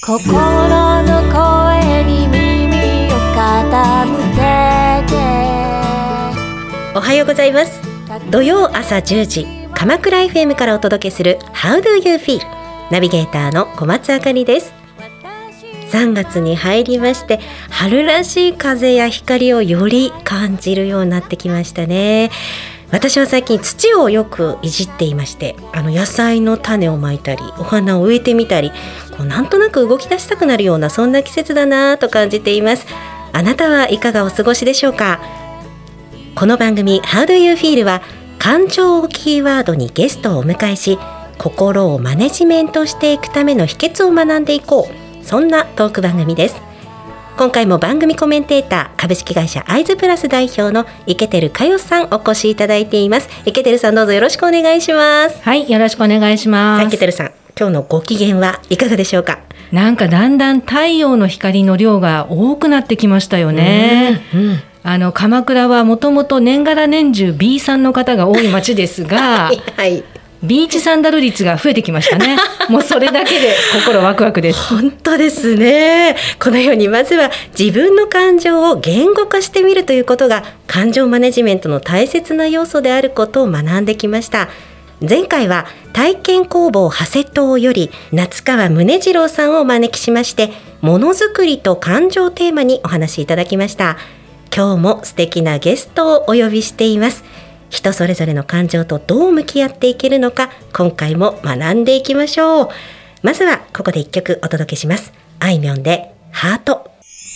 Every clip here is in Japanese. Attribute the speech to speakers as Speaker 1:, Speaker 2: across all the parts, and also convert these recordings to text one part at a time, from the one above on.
Speaker 1: 心の声に耳を傾けて。
Speaker 2: おはようございます。土曜朝10時鎌倉 FM からお届けする How do you feel？ ナビゲーターの小松あかりです。3月に入りまして、春らしい風や光をより感じるようになってきましたね。私は最近土をよくいじっていまして、野菜の種をまいたりお花を植えてみたり、なんとなく動き出したくなるようなそんな季節だなと感じています。あなたはいかがお過ごしでしょうか。この番組 How do you feel は感情をキーワードにゲストをお迎えし、心をマネジメントしていくための秘訣を学んでいこう、そんなトーク番組です。今回も番組コメンテーター、株式会社アイズプラス代表の池照佳代さんお越しいただいています。池照さん、どうぞよろしくお願いします。
Speaker 3: はい、よろしくお願いします。
Speaker 2: 池照さん、今日のご機嫌はいかがでしょうか。
Speaker 3: なんかだんだん太陽の光の量が多くなってきましたよね。鎌倉はもともと年がら年中 B さんの方が多い町ですが
Speaker 2: はい、
Speaker 3: ビーチサンダル率が増えてきましたね。もうそれだけで心ワクワクです。
Speaker 2: 本当ですね。このようにまずは自分の感情を言語化してみるということが感情マネジメントの大切な要素であることを学んできました。前回は体験工房長谷島より夏川宗次郎さんをお招きしまして、ものづくりと感情テーマにお話しいただきました。今日も素敵なゲストをお呼びしています。人それぞれの感情とどう向き合っていけるのか、今回も学んでいきましょう。まずはここで1曲お届けします。あいみょんでハート。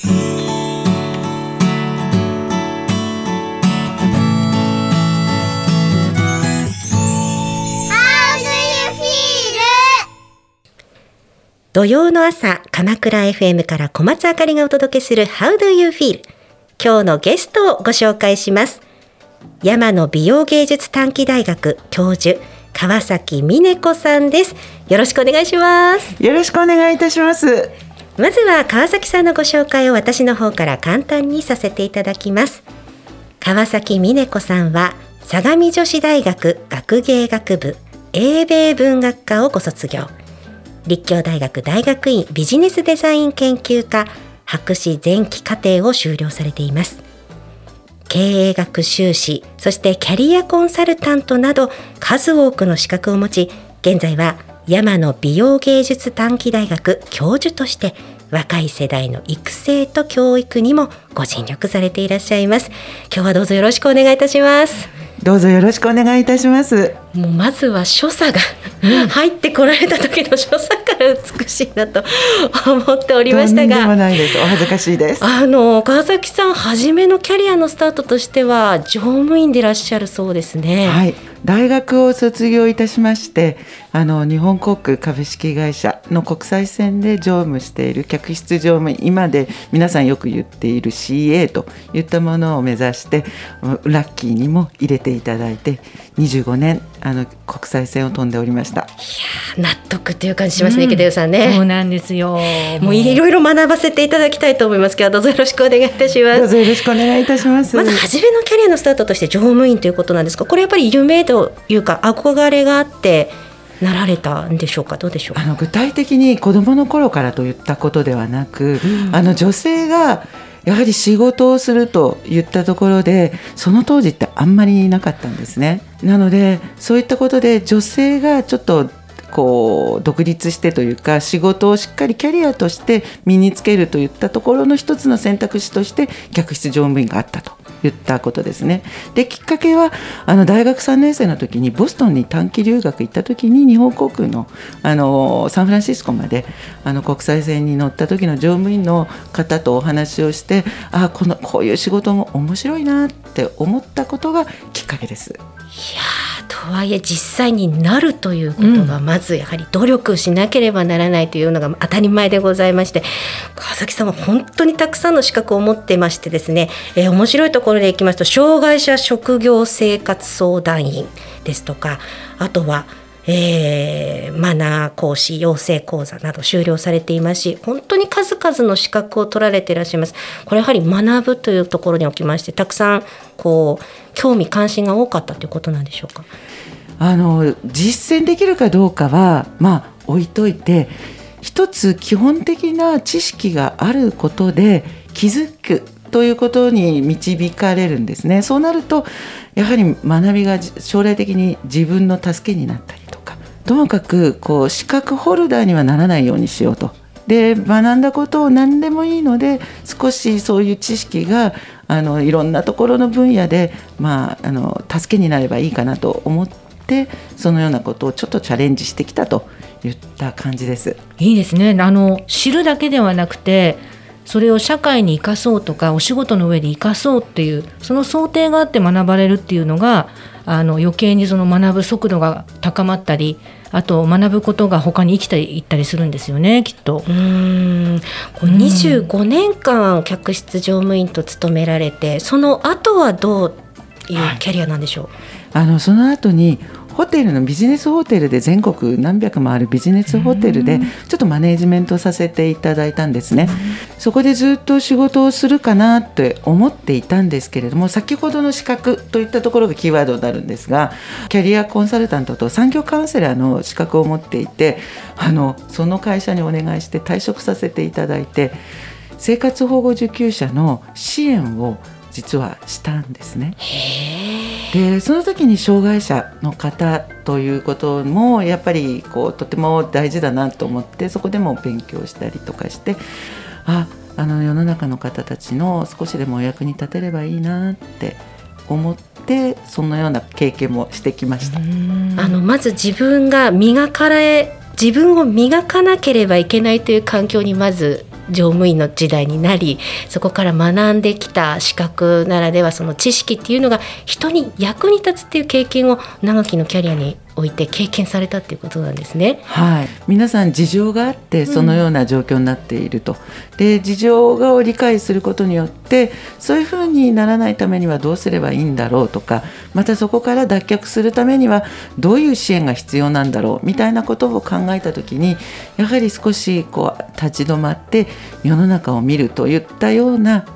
Speaker 2: 土曜の朝、鎌倉 FM から小松あかりがお届けする How do you feel？ 今日のゲストをご紹介します。山野美容芸術短期大学教授、川崎峰子さんです。よろしくお願いします。
Speaker 4: よろしくお願いいたします。
Speaker 2: まずは川崎さんのご紹介を私の方から簡単にさせていただきます。川崎峰子さんは相模女子大学学芸学部英米文学科をご卒業、立教大学大学院ビジネスデザイン研究科博士前期課程を修了されています。経営学修士、そしてキャリアコンサルタントなど数多くの資格を持ち、現在は山野美容芸術短期大学教授として若い世代の育成と教育にもご尽力されていらっしゃいます。今日はどうぞよろしくお願いいたします。
Speaker 4: どうぞよろしくお願いいたします。
Speaker 2: もうまずは所作が入ってこられた時の所作から美しいなと思っておりましたが、
Speaker 4: とんでもないです。お恥ずかしいです。
Speaker 2: 川崎さん、初めのキャリアのスタートとしては乗務員でいらっしゃるそうですね。
Speaker 4: はい、大学を卒業いたしまして、日本航空株式会社の国際線で乗務している客室乗務員、今で皆さんよく言っている CA といったものを目指して、ラッキーにも入れていただいて25年国際線を飛んでおりました。
Speaker 2: いや、納得という感じしますね、池田さんね。
Speaker 3: そうなんですよ。
Speaker 2: もういろいろ学ばせていただきたいと思いますけど、どうぞよろしくお願いいたします。
Speaker 4: どうぞよろしくお願いいたします。
Speaker 2: まず初めのキャリアのスタートとして乗務員ということなんですが、これやっぱり夢というか憧れがあってなられたんでしょうか。どうでしょう。
Speaker 4: 具体的に子どもの頃からといったことではなく、女性がやはり仕事をするといったところで、その当時ってあんまりなかったんですね。なのでそういったことで女性がちょっと独立してというか、仕事をしっかりキャリアとして身につけるといったところの一つの選択肢として客室乗務員があったといったことですね。で、きっかけは大学3年生の時にボストンに短期留学行った時に、日本航空の、サンフランシスコまで国際線に乗った時の乗務員の方とお話をして、こういう仕事も面白いなって思ったことがきっかけです。
Speaker 2: いや、とはいえ実際になるということが、まずやはり努力しなければならないというのが当たり前でございまして、川崎さんは本当にたくさんの資格を持ってましてですね、面白いところでいきますと、障害者職業生活相談員ですとか、あとはマナー講師養成講座など修了されていますし、本当に数々の資格を取られていらっしゃいます。これやはり学ぶというところにおきまして、たくさん興味関心が多かったということなんでしょうか。
Speaker 4: 実践できるかどうかは置いといて、 一つ基本的な知識があることで気づくということに導かれるんですね。そうなるとやはり学びが将来的に自分の助けになったりとか、ともかく資格ホルダーにはならないようにしようと。で学んだことを何でもいいので少しそういう知識がいろんなところの分野で、助けになればいいかなと思ってそのようなことをちょっとチャレンジしてきたといった感じです。
Speaker 3: いいですね。知るだけではなくてそれを社会に生かそうとかお仕事の上で生かそうっていうその想定があって学ばれるっていうのが余計にその学ぶ速度が高まったり、あと学ぶことが他に生きていったりするんですよね、きっと。
Speaker 2: 25年間客室乗務員と務められて、その後はどういうキャリアなんでしょう？
Speaker 4: その後にホテルのビジネスホテルで全国何百もあるビジネスホテルでちょっとマネージメントさせていただいたんですね。そこでずっと仕事をするかなって思っていたんですけれども、先ほどの資格といったところがキーワードになるんですが、キャリアコンサルタントと産業カウンセラーの資格を持っていて、その会社にお願いして退職させていただいて、生活保護受給者の支援を実はしたんですね。でその時に障害者の方ということもやっぱりとても大事だなと思って、そこでも勉強したりとかして、世の中の方たちの少しでもお役に立てればいいなって思って、そのような経験もしてきました。
Speaker 2: まず自分を磨かなければいけないという環境にまず乗務員の時代になり、そこから学んできた資格ならではその知識っていうのが人に役に立つっていう経験を長きのキャリアにおいて経験されたっていうことなんですね。
Speaker 4: はい、皆さん事情があってそのような状況になっていると、で事情を理解することによってそういうふうにならないためにはどうすればいいんだろうとか、またそこから脱却するためにはどういう支援が必要なんだろうみたいなことを考えたときに、やはり少し立ち止まって世の中を見るといったような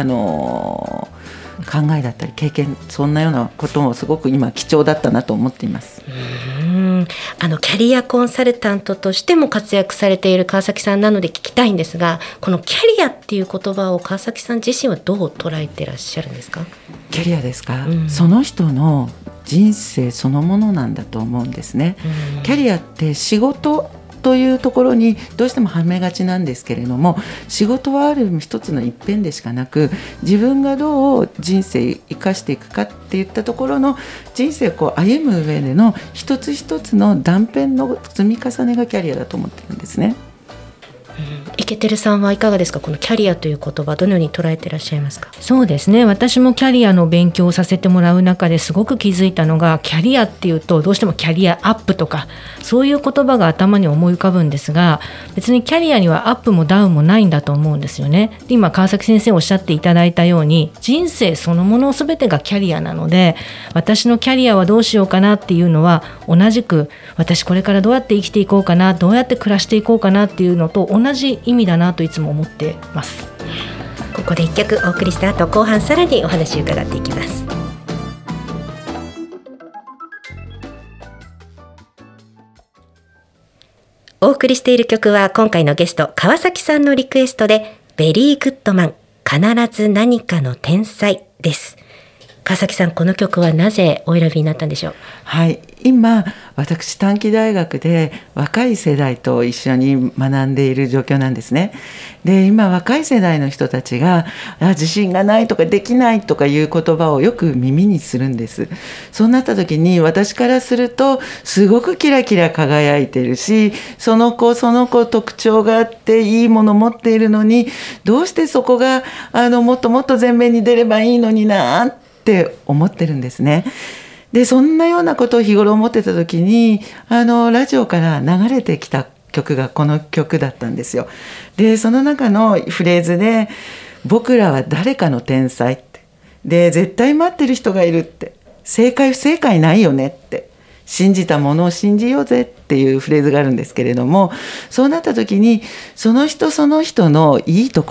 Speaker 4: 考えだったり経験、そんなようなこともすごく今貴重だったなと思っています。
Speaker 2: キャリアコンサルタントとしても活躍されている川崎さんなので聞きたいんですが、このキャリアっていう言葉を川崎さん自身はどう捉えてらっしゃるんですか？
Speaker 4: キャリアですか、その人の人生そのものなんだと思うんですね。キャリアって仕事というところにどうしてもはめがちなんですけれども、仕事はある一つの一辺でしかなく、自分がどう人生生かしていくかっていったところの人生を歩む上での一つ一つの断片の積み重ねがキャリアだと思ってるんですね。
Speaker 2: イケてるさんはいかがですか？このキャリアという言葉どのように捉えてらっしゃいますか？
Speaker 3: そうですね、私もキャリアの勉強をさせてもらう中ですごく気づいたのが、キャリアっていうとどうしてもキャリアアップとかそういう言葉が頭に思い浮かぶんですが、別にキャリアにはアップもダウンもないんだと思うんですよね。で今川崎先生おっしゃっていただいたように、人生そのもの全てがキャリアなので、私のキャリアはどうしようかなっていうのは同じく、私これからどうやって生きていこうかな、どうやって暮らしていこうかなっていうのと同じ意味だなといつも思ってます。
Speaker 2: ここで1曲お送りした後、後半さらにお話を伺っていきます。お送りしている曲は今回のゲスト川崎さんのリクエストでベリーグッドマン、必ず何かの天才です。川崎さん、この曲はなぜお選びになったんでしょう？
Speaker 4: はい、今私短期大学で若い世代と一緒に学んでいる状況なんですね。で今若い世代の人たちが自信がないとかできないとかいう言葉をよく耳にするんです。そうなった時に私からするとすごくキラキラ輝いてるし、その子特徴があっていいもの持っているのに、どうしてそこがもっともっと前面に出ればいいのになって思ってるんですね。でそんなようなことを日頃思ってた時にラジオから流れてきた曲がこの曲だったんですよ。でその中のフレーズで、僕らは誰かの天才って、で絶対待ってる人がいるって、正解不正解ないよねって、信じたものを信じようぜっていうフレーズがあるんですけれども、そうなった時にその人のいいところ、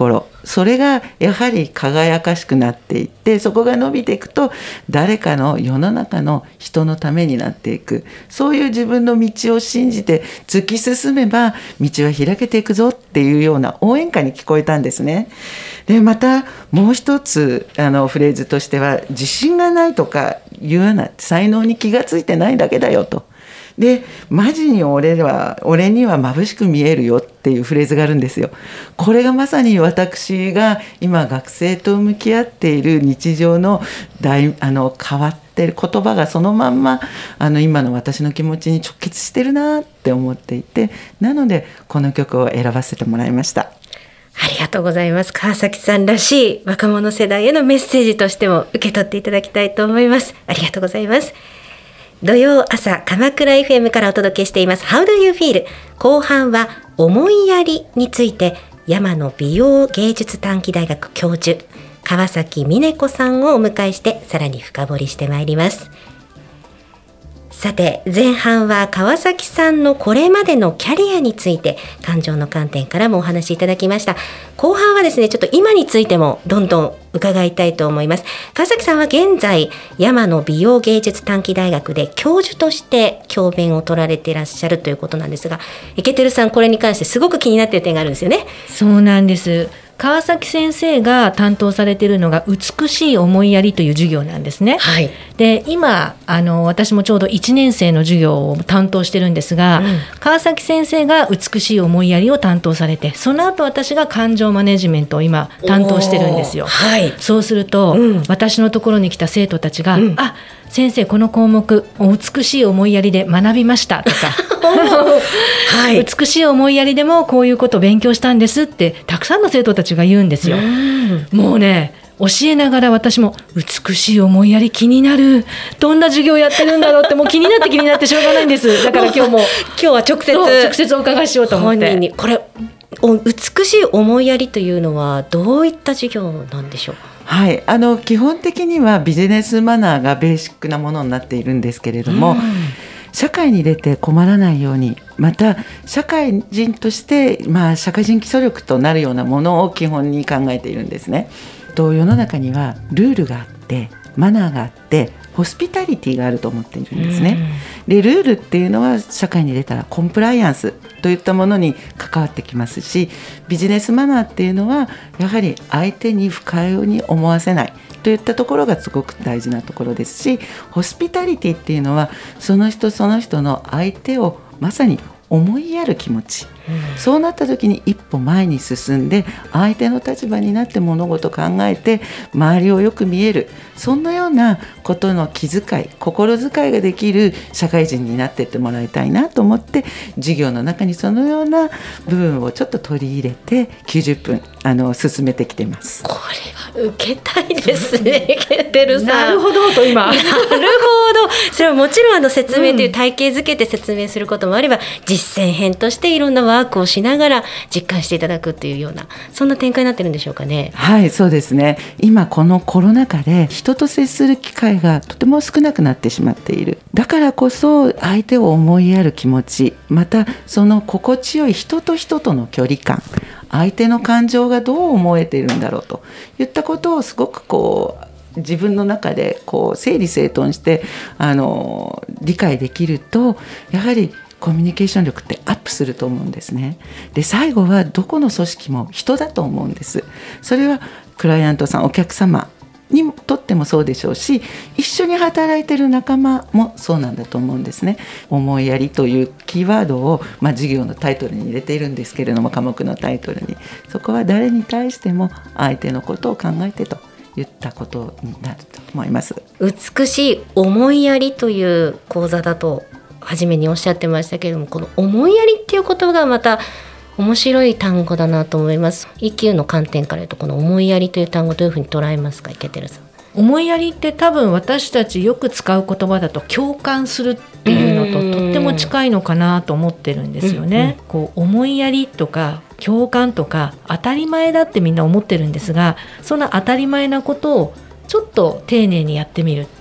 Speaker 4: それがやはり輝かしくなっていって、そこが伸びていくと誰かの世の中の人のためになっていく、そういう自分の道を信じて突き進めば道は開けていくぞっていうような応援歌に聞こえたんですね。でまたもう一つフレーズとしては、自信がないとかいうような才能に気がついてないだけだよと。でマジに俺には眩しく見えるよっていうフレーズがあるんですよ。これがまさに私が今学生と向き合っている日常の変わってる言葉がそのまんま今の私の気持ちに直結してるなって思っていて、なのでこの曲を選ばせてもらいました。
Speaker 2: ありがとうございます。川崎さんらしい若者世代へのメッセージとしても受け取っていただきたいと思います。ありがとうございます。土曜朝鎌倉 FM からお届けしています How do you feel？ 後半は思いやりについて山野美容芸術短期大学教授川崎峰子さんをお迎えしてさらに深掘りしてまいります。さて前半は川崎さんのこれまでのキャリアについて感情の観点からもお話しいただきました。後半はですねちょっと今についてもどんどん伺いたいと思います。川崎さんは現在山野美容芸術短期大学で教授として教鞭を取られていらっしゃるということなんですが、イケてるさんこれに関してすごく気になっている点があるんですよね。
Speaker 3: そうなんです。川崎先生が担当されているのが美しい思いやりという授業なんですね、はい、で今私もちょうど1年生の授業を担当してるんですが、川崎先生が美しい思いやりを担当されて、その後私が感情マネジメントを今担当してるんですよ、はい、そうすると、私のところに来た生徒たちが、あ、先生この項目お美しい思いやりで学びましたとかはい、美しい思いやりでもこういうことを勉強したんですってたくさんの生徒たちが言うんですよ。もうね教えながら私も美しい思いやり気になる、どんな授業やってるんだろうってもう気になってしょうがないんです。だから今日は直接お伺いしようと思って。
Speaker 2: 本人にこれ美しい思いやりというのはどういった授業なんでしょう。
Speaker 4: はい、基本的にはビジネスマナーがベーシックなものになっているんですけれども、社会に出て困らないように、また社会人として、社会人基礎力となるようなものを基本に考えているんですね。世の中にはルールがあってマナーがあってホスピタリティがあると思っているんですね。でルールっていうのは社会に出たらコンプライアンスといったものに関わってきますし、ビジネスマナーっていうのはやはり相手に不快に思わせないといったところがすごく大事なところですし、ホスピタリティっていうのはその人その人の相手をまさに思いやる気持ち、そうなった時に一歩前に進んで相手の立場になって物事を考えて周りをよく見える、そんなようなことの気遣い心遣いができる社会人になっていってもらいたいなと思って、授業の中にそのような部分をちょっと取り入れて90分進めてきています。
Speaker 2: これは受けたいですねてるさん。
Speaker 3: なるほどと今なるほ
Speaker 2: ど、それはもちろん説明という体系づけて説明することもあれば、実践編としていろんなワークをしながら実感していただくっていうような、そんな展開になってるんでしょうかね。
Speaker 4: はい、そうですね。今このコロナ禍で人と接する機会がとても少なくなってしまっている。だからこそ相手を思いやる気持ち、またその心地よい人と人との距離感、相手の感情がどう思えているんだろうといったことをすごく自分の中で整理整頓して理解できると、やはりコミュニケーション力ってアップすると思うんですね。で最後はどこの組織も人だと思うんです。それはクライアントさんお客様にとってもそうでしょうし、一緒に働いている仲間もそうなんだと思うんですね。思いやりというキーワードを、授業のタイトルに入れているんですけれども、科目のタイトルにそこは誰に対しても相手のことを考えてといったことになると思います。
Speaker 2: 美しい思いやりという講座だと初めにおっしゃってましたけれども、この思いやりっていう言葉がまた面白い単語だなと思います。EQ の観点から言うとこの思いやりという単語どういうふうに捉えますか、イケてるさん。
Speaker 3: 思いやりって多分私たちよく使う言葉だと共感するっていうのととっても近いのかなと思ってるんですよね。思いやりとか共感とか当たり前だってみんな思ってるんですが、その当たり前なことをちょっと丁寧にやってみる、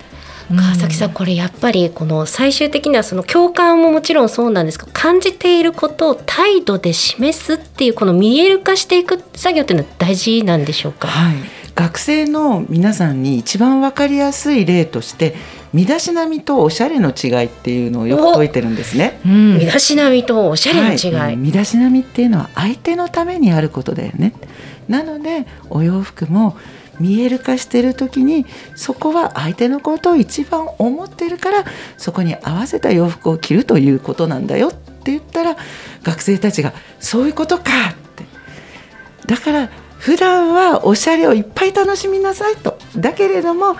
Speaker 2: 川崎さん、これやっぱりこの最終的にはその共感ももちろんそうなんですけど、感じていることを態度で示すっていうこの見える化していく作業っていうのは大事なんでしょうか？
Speaker 4: はい、学生の皆さんに一番分かりやすい例として身だしなみとおしゃれの違いっていうのをよく説いてるんですね。
Speaker 2: 身だしなみとおしゃれの違い、
Speaker 4: はい、身だしなみっていうのは相手のためにあることだよね。なのでお洋服も見える化してる時にそこは相手のことを一番思ってるからそこに合わせた洋服を着るということなんだよって言ったら、学生たちがそういうことかって、だから普段はおしゃれをいっぱい楽しみなさいと、だけれども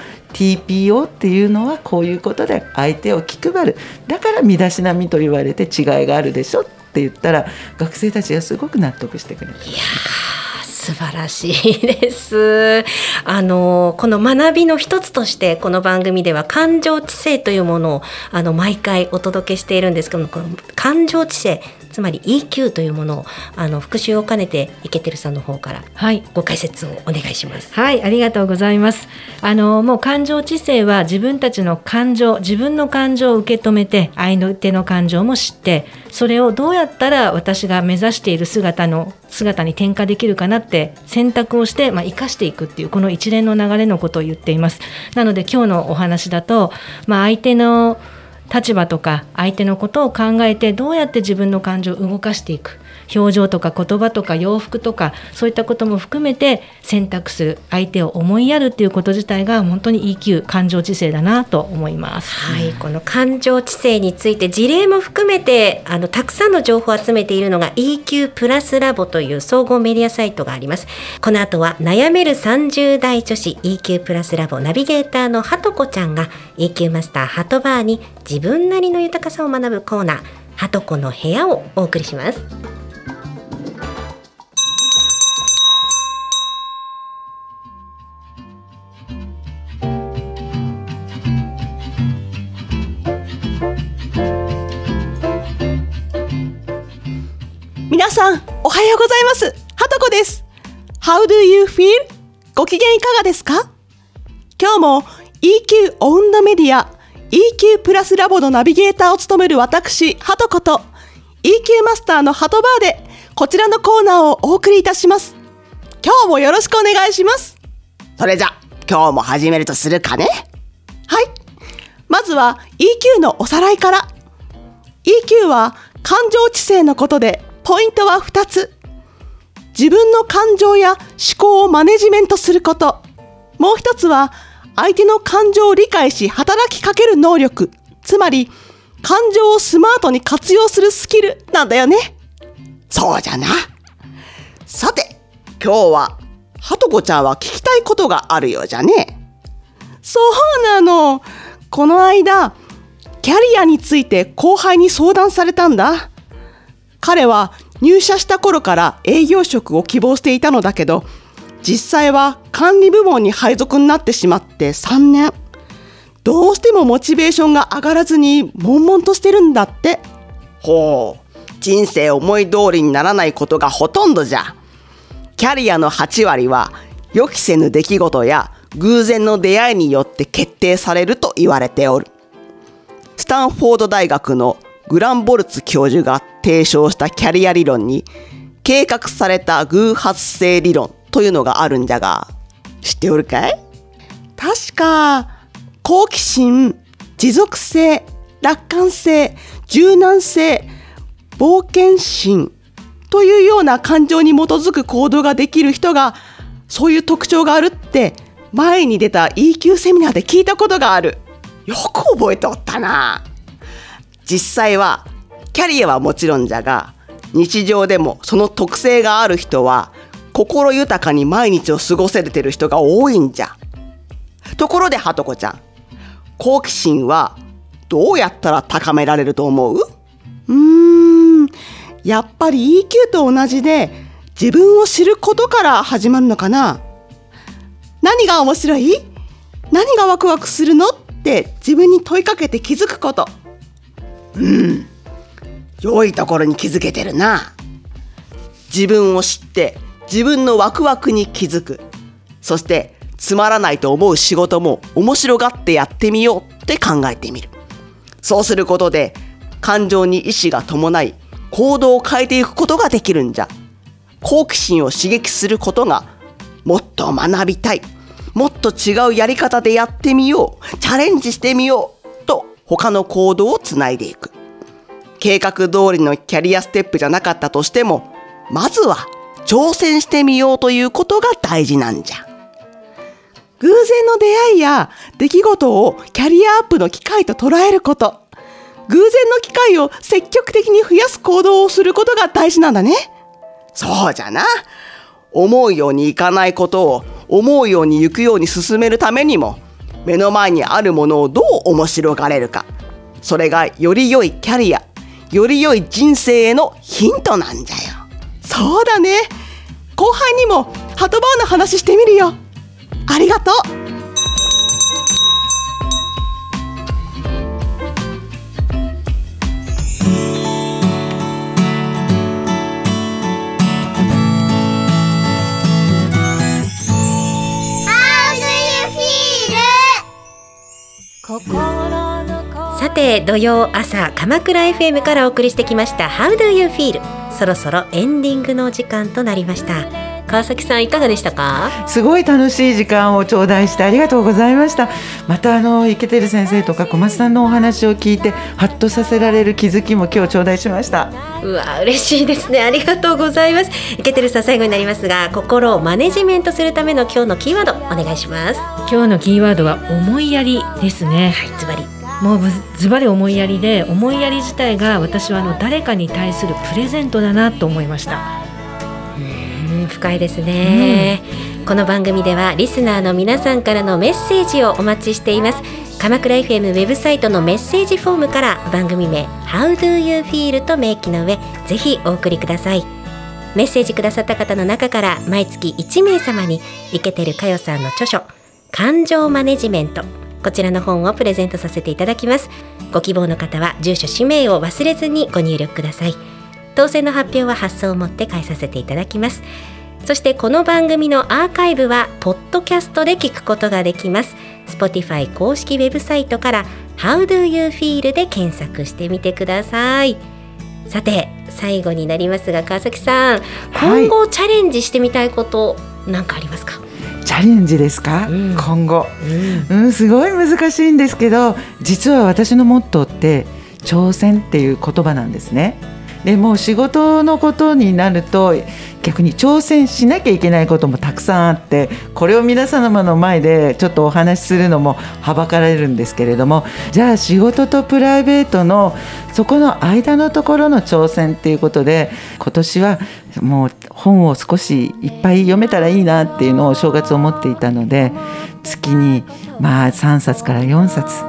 Speaker 4: TPO っていうのはこういうことで相手を気配る、だから身だしなみと言われて違いがあるでしょって言ったら、学生たちがすごく納得してくれる。
Speaker 2: いや素晴らしいです。この学びの一つとしてこの番組では感情知性というものを毎回お届けしているんですけども、この感情知性、つまり EQ というものを復習を兼ねてイケてるさんの方からご解説をお願いします。
Speaker 3: はい、ありがとうございます。もう感情知性は自分たちの感情、自分の感情を受け止めて相手の感情も知って、それをどうやったら私が目指している姿に転化できるかなって選択をして、生かしていくっていうこの一連の流れのことを言っています。なので今日のお話だと、相手の立場とか相手のことを考えてどうやって自分の感情を動かしていく、表情とか言葉とか洋服とかそういったことも含めて選択する、相手を思いやるっていうこと自体が本当に EQ 感情知性だなと思います。
Speaker 2: はい、この感情知性について事例も含めてたくさんの情報を集めているのが EQ プラスラボという総合メディアサイトがあります。この後は悩める30代女子 EQ プラスラボナビゲーターのはとこちゃんが EQ マスターはとバーに自分なりの豊かさを学ぶコーナー、はとこの部屋をお送りします。
Speaker 5: 皆さんおはようございます。はとこです。 How do you feel? ご機嫌いかがですか？今日も EQ オウンドメディア EQ プラスラボのナビゲーターを務める私はとこと EQ マスターのはとバーでこちらのコーナーをお送りいたします。今日もよろしくお願いします。
Speaker 6: それじゃ今日も始めるとするかね。
Speaker 5: はい、まずは EQ のおさらいから。 EQ は感情知性のことで、ポイントは2つ。自分の感情や思考をマネジメントすること。もう一つは相手の感情を理解し働きかける能力、つまり感情をスマートに活用するスキルなんだよね。
Speaker 6: そうじゃな。さて今日ははとこちゃんは聞きたいことがあるようじゃね。
Speaker 5: そうなの。この間キャリアについて後輩に相談されたんだ。彼は入社した頃から営業職を希望していたのだけど、実際は管理部門に配属になってしまって3年。どうしてもモチベーションが上がらずに悶々としてるんだって。
Speaker 6: ほう、人生思い通りにならないことがほとんどじゃ。キャリアの8割は予期せぬ出来事や偶然の出会いによって決定されると言われておる。スタンフォード大学のグランボルツ教授が提唱したキャリア理論に、計画された偶発性理論というのがあるんじゃが、知っておるかい？
Speaker 5: 確か好奇心、持続性、楽観性、柔軟性、冒険心というような感情に基づく行動ができる人がそういう特徴があるって前に出た EQ セミナーで聞いたことがある。
Speaker 6: よく覚えておったな。実際はキャリアはもちろんじゃが、日常でもその特性がある人は心豊かに毎日を過ごせてる人が多いんじゃ。ところではとこちゃん、好奇心はどうやったら高められると思う？
Speaker 5: やっぱり EQ と同じで自分を知ることから始まるのかな。何が面白い？何がワクワクするの？って自分に問いかけて気づくこと。
Speaker 6: 良いところに気づけてるな。自分を知って自分のワクワクに気づく。そしてつまらないと思う仕事も面白がってやってみようっって考えてみる。そうすることで感情に意志が伴い行動を変えていくことができるんじゃ。好奇心を刺激することが、もっと学びたい、もっと違うやり方でやってみよう、チャレンジしてみようと他の行動をつないでいく。計画通りのキャリアステップじゃなかったとしても、まずは挑戦してみようということが大事なんじゃ。偶然の出会いや出来事をキャリアアップの機会と捉えること、偶然の機会を積極的に増やす行動をすることが大事なんだね。そうじゃな。思うようにいかないことを思うように行くように進めるためにも、目の前にあるものをどう面白がれるか、それがより良いキャリア、より良い人生へのヒントなんじゃよ。そうだね。後輩にもハトバーの話してみるよ。ありがとう。
Speaker 2: さて土曜朝鎌倉 FM からお送りしてきました How do you feel？ そろそろエンディングのお時間となりました。川崎さんいかがでしたか？
Speaker 4: すごい楽しい時間を頂戴してありがとうございました。またイケてる先生とか小松さんのお話を聞いてハッとさせられる気づきも今日頂戴しました。
Speaker 2: うわ嬉しいですね。ありがとうございます。イケてるさん最後になりますが、心をマネジメントするための今日のキーワードお願いします。
Speaker 3: 今日のキーワードは思いやりですね。
Speaker 2: はい、ズバリ
Speaker 3: もうズバリ思いやりで、思いやり自体が私は誰かに対するプレゼントだなと思いました。
Speaker 2: 深いですね、この番組ではリスナーの皆さんからのメッセージをお待ちしています。鎌倉 FM ウェブサイトのメッセージフォームから番組名 How do you feel と明記の上ぜひお送りください。メッセージくださった方の中から毎月1名様にイケてるかよさんの著書感情マネジメント、こちらの本をプレゼントさせていただきます。ご希望の方は住所氏名を忘れずにご入力ください。当選の発表は発送をもって返させていただきます。そしてこの番組のアーカイブはポッドキャストで聞くことができます。 Spotify 公式ウェブサイトから How do you feel で検索してみてください。さて最後になりますが川崎さん、今後チャレンジしてみたいこと何かありますか？
Speaker 4: チャレンジですか、今後、すごい難しいんですけど、実は私のモットーって挑戦っていう言葉なんですね。でもう仕事のことになると逆に挑戦しなきゃいけないこともたくさんあって、これを皆様の前でちょっとお話しするのもはばかられるんですけれども、じゃあ仕事とプライベートのそこの間のところの挑戦っていうことで、今年はもう本を少しいっぱい読めたらいいなっていうのを正月思っていたので、月に3冊から4冊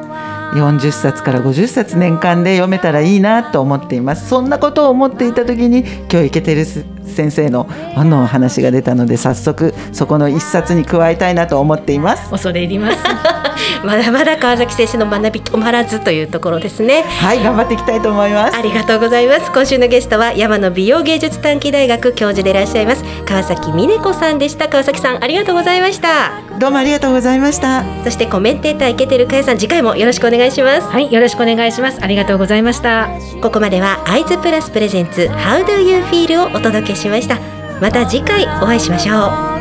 Speaker 4: 40冊から50冊年間で読めたらいいなと思っています。そんなことを思っていた時に今日イケてる先生のお話が出たので、早速そこの一冊に加えたいなと思っています。
Speaker 3: 恐れ入ります
Speaker 2: まだまだ川崎先生の学び止まらずというところですね。
Speaker 4: はい、頑張っていきたいと思います。
Speaker 2: ありがとうございます。今週のゲストは山野美容芸術短期大学教授でいらっしゃいます川崎美音子さんでした。川崎さんありがとうございました。
Speaker 4: どうもありがとうございました。
Speaker 2: そしてコメンテーターイケてるかやさん、次回もよろしくお願いします。
Speaker 3: はい、よろしくお願いします。ありがとうございました。
Speaker 2: ここまではアイズプラスプレゼンツ How do you feel をお届けしました。また次回お会いしましょう。